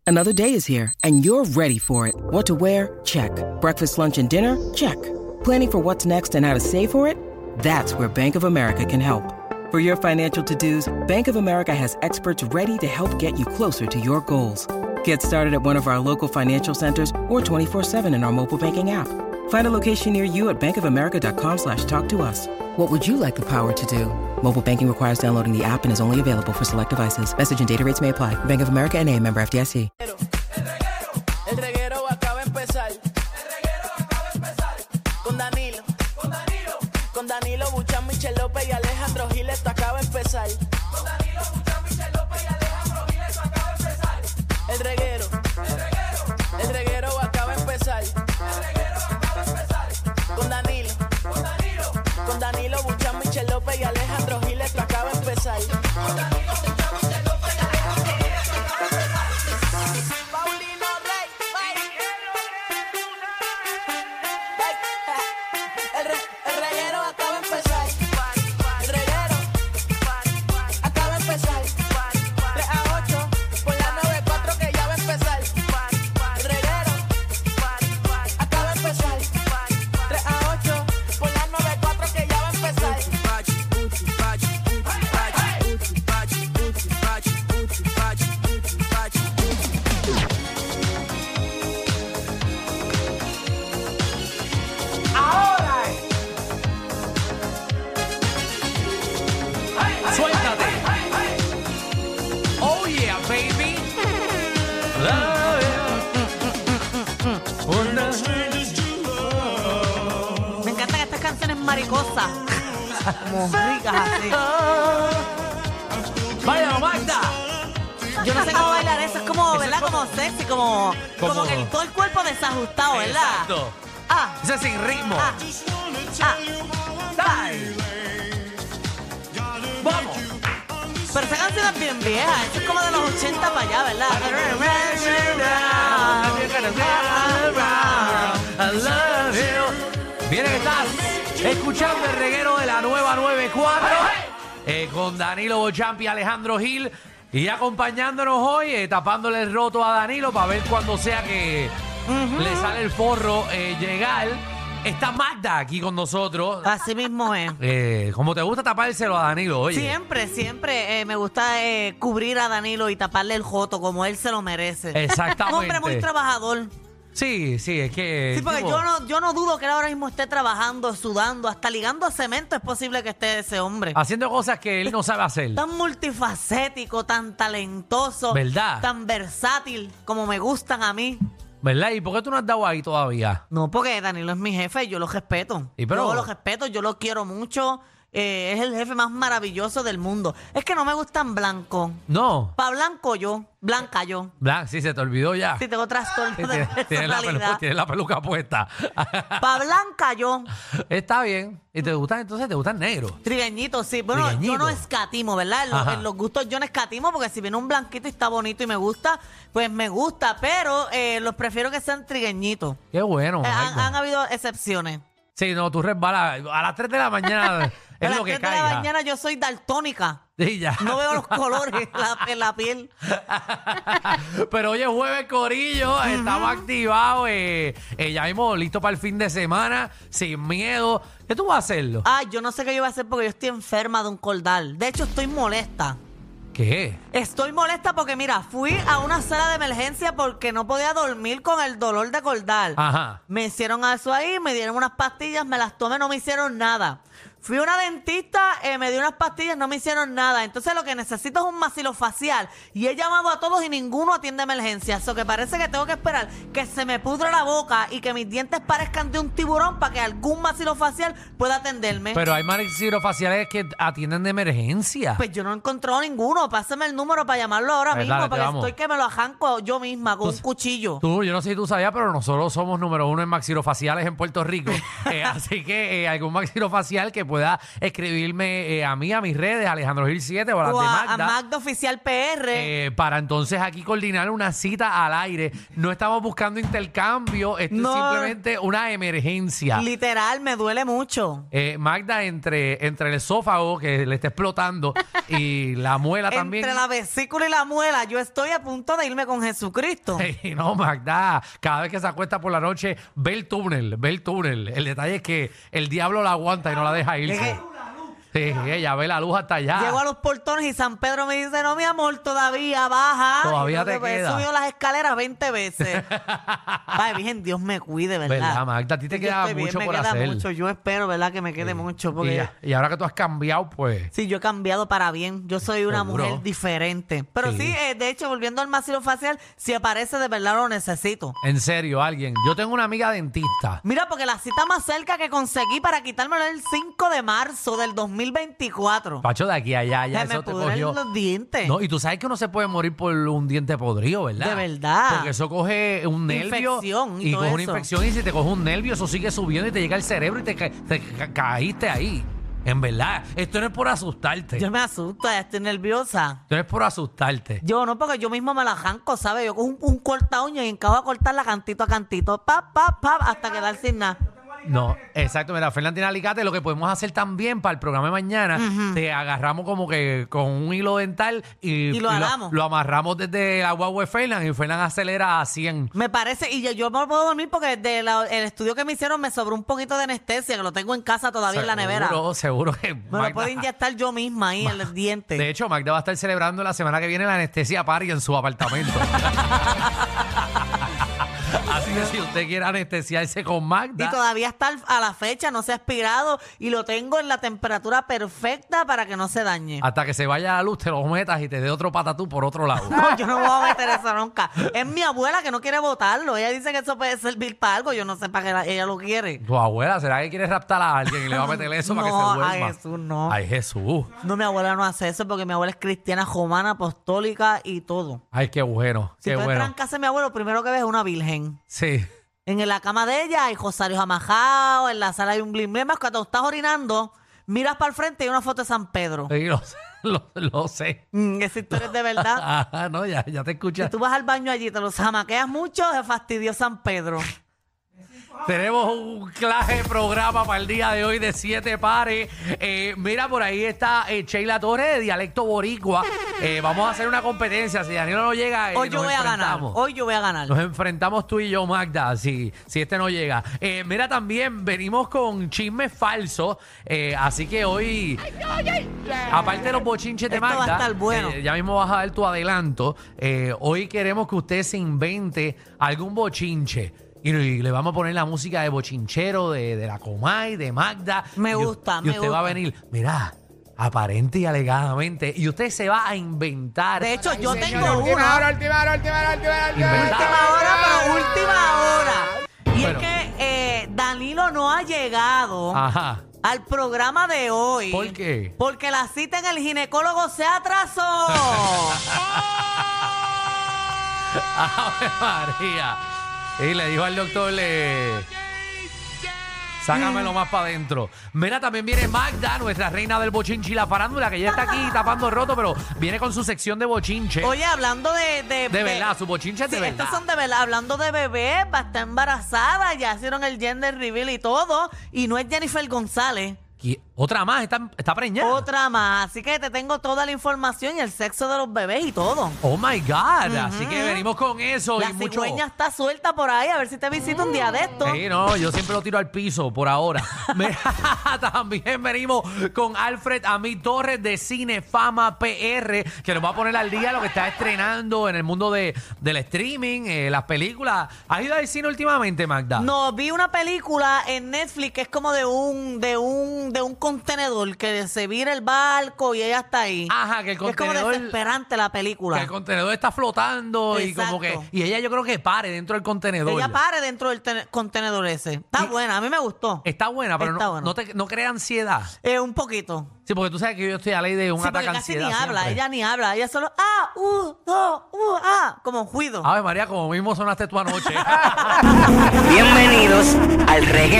Another day is here, and you're ready for it. What to wear? Check. Breakfast, lunch, and dinner? Check. Planning for what's next and how to save for it? That's where Bank of America can help. For your financial to-dos, Bank of America has experts ready to help get you closer to your goals. Get started at one of our local financial centers or 24/7 in our mobile banking app. Find a location near you at bankofamerica.com/talktous. What would you like the power to do? Mobile banking requires downloading the app and is only available for select devices. Message and data rates may apply. Bank of America N.A., member FDIC. El reguero acaba de empezar. Con Danilo Buchan, Michel López y Alejandro Gil, esto acaba de empezar. El reguero acaba de empezar. Con Danilo Buchan, Michel López y Alejandro Gil, esto acaba de empezar. Paulino Rey, el reguero acaba de empezar. El reguero acaba de empezar. 3 a 8 por la 94 que ya va a empezar. El reguero acaba de empezar. 3 a 8 por la 94 que ya va a empezar. Suéltate. Oh yeah, baby. Me encantan estas canciones maricosas. Como ricas así. Vaya, Magda. Yo no sé cómo bailar eso. Es como, ¿verdad? Como sexy, como que todo el cuerpo desajustado, ¿verdad? Exacto. Ah, Ese es sin ritmo. ah, ah. Dale. Vamos. Pero esa canción es bien vieja. Eso es como de los 80 para allá, ¿verdad? I love you. Viene que estás escuchando el reguero de la nueva 94 con Danilo Bochampi y Alejandro Gil y acompañándonos hoy, tapándole el roto a Danilo para ver cuando sea que le sale el forro llegar. Está Magda aquí con nosotros. Así mismo es. Como te gusta tapárselo a Danilo, oye. Siempre me gusta cubrir a Danilo y taparle el joto como él se lo merece. Exactamente. Un hombre muy trabajador. Sí, es que... Sí, porque yo no dudo que él ahora mismo esté trabajando, sudando, hasta ligando cemento es posible que esté ese hombre. haciendo cosas que él no sabe hacer. Tan multifacético, tan talentoso. ¿Verdad? Tan versátil como me gustan a mí. ¿Verdad? ¿Y por qué tú no has dado ahí todavía? No, porque Danilo es mi jefe y yo lo respeto. ¿Y pero? Yo lo respeto, yo lo quiero mucho. Es el jefe más maravilloso del mundo. Es que no me gustan blancos. No. Pa' blanca yo. Sí, se te olvidó ya. Sí, tengo trastorno Sí, de personalidad. tienes la peluca puesta. Pa' blanca yo. Está bien. ¿Y te gustan entonces? ¿Te gustan negros? Trigueñito, sí. Bueno, Trigueñito. yo no escatimo, ¿verdad? En los gustos yo no escatimo porque si viene un blanquito y está bonito y me gusta, pues me gusta. Pero los prefiero que sean trigueñitos. Qué bueno. Han habido excepciones. Sí, no, tú resbalas. A las 3 de la mañana es lo que A las 3 de caiga. la mañana yo soy daltónica. Sí, ya. No veo los colores en la piel. Pero hoy es jueves, corillo. Estamos activados. Ya mismo listo para el fin de semana. Sin miedo. ¿Qué tú vas a hacerlo? Ay, yo no sé qué yo voy a hacer porque yo estoy enferma de un cordal. De hecho, estoy molesta. ¿Qué? Estoy molesta porque, mira, fui a una sala de emergencia porque no podía dormir con el dolor de cordal. Ajá. Me hicieron eso ahí, me dieron unas pastillas, me las tomé, no me hicieron nada. Fui a una dentista, me dio unas pastillas, no me hicieron nada. Entonces lo que necesito es un maxilofacial. Y he llamado a todos y ninguno atiende emergencias. Eso que parece que tengo que esperar que se me pudra la boca y que mis dientes parezcan de un tiburón para que algún maxilofacial pueda atenderme. Pero hay maxilofaciales que atienden de emergencia. Pues yo no he encontrado ninguno. Pásame el número para llamarlo ahora Pues mismo, dale, porque vamos. estoy que me lo arranco yo misma con un cuchillo. Yo no sé si tú sabías, pero nosotros somos número 1 en maxilofaciales en Puerto Rico. Así que algún maxilofacial que pueda pueda escribirme a mí, a mis redes, Alejandro Gil 7 o a las O de a Magda. Magda Oficial PR. Para entonces aquí coordinar una cita al aire. No estamos buscando intercambio, esto No. es simplemente una emergencia. Literal, me duele mucho. Magda, entre el esófago que le está explotando y la muela también. Entre la vesícula y la muela, yo estoy a punto de irme con Jesucristo. Ey, no, Magda, cada vez que se acuesta por la noche, ve el túnel, ve el túnel. El detalle es que el diablo la aguanta y no la deja irse. Es que- Sí, ella ve la luz hasta allá. Llego a los portones y San Pedro me dice, no, mi amor, todavía baja. Todavía Y te yo que queda. He subido las escaleras 20 veces. Ay, Virgen, Dios me cuide, ¿verdad? ¿Verdad, Magda? A ti te Yo queda estoy bien, mucho me por queda hacer. mucho. Yo espero, ¿verdad? Que me quede mucho. Porque Y ahora que tú has cambiado, pues... sí, yo he cambiado para bien. Yo soy una Seguro. mujer diferente. Pero Sí. sí, de hecho, volviendo al maxilofacial, si aparece, de verdad lo necesito. En serio, alguien. Yo tengo una amiga dentista. Mira, porque la cita más cerca que conseguí para quitármelo es el 5 de marzo del 2024. Pacho, de aquí a allá, ya Se me eso te pudren cogió. los dientes. No, y tú sabes que uno se puede morir por un diente podrido, ¿verdad? De verdad. Porque eso coge un nervio. Infección y todo coge una eso. infección y si te coge un nervio, eso sigue subiendo y te llega al cerebro y caíste ahí. En verdad, esto no es por asustarte. Yo me asusto, ya estoy nerviosa. Esto no es por asustarte. Yo no, porque yo mismo me la janco, ¿sabes? Yo cojo un corta uña y encajo a cortarla cantito a cantito, pap, hasta quedar sin nada. No, exacto. Mira, Fernan tiene alicate. Lo que podemos hacer también para el programa de mañana, te agarramos como que con un hilo dental Y lo jalamos. lo amarramos desde la guagua de Fernan y Fernan acelera a 100. Me parece, y yo me puedo dormir porque el estudio que me hicieron me sobró un poquito de anestesia, que lo tengo en casa todavía en la nevera. Seguro que Me lo Magda- puedo inyectar yo misma ahí en el diente. De hecho, Magda va a estar celebrando la semana que viene la anestesia party en su apartamento. Así que si usted quiere anestesiarse con Magda, Y todavía está a la fecha, no se ha aspirado y lo tengo en la temperatura perfecta para que no se dañe. hasta que se vaya la luz, te lo metas y te dé otro patatú por otro lado. No, yo no voy a meter eso nunca. Es mi abuela que no quiere botarlo. Ella dice que eso puede servir para algo. Yo no sé para qué ella lo quiere. Tu abuela, ¿será que quiere raptar a alguien y le va a meter eso para que se No, duerma? ay, Jesús, no. Ay, Jesús. No, mi abuela no hace eso porque mi abuela es cristiana, romana, apostólica y todo. Ay, qué bueno, Si qué tú entras bueno. en casa de mi abuelo, lo primero que ves es una virgen. Sí. En la cama de ella hay rosarios amajados, en la sala hay un blim blim. Más cuando estás orinando, miras para el frente y hay una foto de San Pedro. Sí, lo sé. Esa historia es de verdad. Ajá, no, ya te Si escuchas. tú vas al baño allí, te lo jamaqueas mucho, se fastidió San Pedro. Tenemos un clase de programa para el día de hoy de 7 pares. Mira, por ahí está Sheila Torres de Dialecto Boricua. Vamos a hacer una competencia. Si Danilo no llega, Hoy yo nos voy a ganar. enfrentamos. Hoy yo voy a ganar. Nos enfrentamos tú y yo, Magda, si este no llega. Mira, también venimos con chismes falsos. Así que hoy, aparte de los bochinches de Esto va a Magda, estar bueno. ya mismo vas a dar tu adelanto. Hoy queremos que usted se invente algún bochinche. Y le vamos a poner la música de bochinchero, de la Comay, de Magda. Me gusta, y me usted va a gusta. venir, mira, aparente y alegadamente. Y usted se va a inventar. De hecho, yo tengo Última una. hora, última hora. Inventar. Última hora, pero última hora. Y Bueno. es que Danilo no ha llegado Ajá. al programa de hoy. ¿Por qué? Porque la cita en el ginecólogo se atrasó. ¡Ave María! Y le dijo al doctor, sácamelo más para adentro. Mira, también viene Magda, nuestra reina del bochinche y la farándula, que ya está aquí tapando roto, pero viene con su sección de bochinche. Oye, hablando de verdad, su bochinche es de sí, verdad. estos son de verdad. Hablando de bebé, va a estar embarazada. Ya hicieron el gender reveal y todo. Y no es Jennifer González. Y otra más, está preñada. Otra más. Así que te tengo toda la información y el sexo de los bebés y todo. Oh my God. Así que venimos con eso La y mucho. cigüeña está suelta por ahí. A ver si te visito un día de esto. Sí, no, yo siempre lo tiro al piso por ahora. Mira, también venimos con Alfred Amí Torres de Cinefama PR, que nos va a poner al día lo que está estrenando en el mundo del streaming, las películas. ¿Has ido al cine últimamente, Magda? No, vi una película en Netflix que es como de un contenedor que se vira el barco y ella está ahí. Ajá, que el Es como contenedor... desesperante la película. Que el contenedor está flotando y como que... Exacto. Y ella yo creo que pare dentro del contenedor. Ella pare dentro del contenedor ese. Está buena, a mí me gustó. Está buena, pero Está no, buena. no crea ansiedad. Un poquito. Sí, porque tú sabes que yo estoy a ley de un Sí, ataque porque a casi ansiedad ni habla, siempre. ella ni habla, ella solo como un juido. Ave María, como mismo sonaste tú anoche. Bienvenidos al reggae.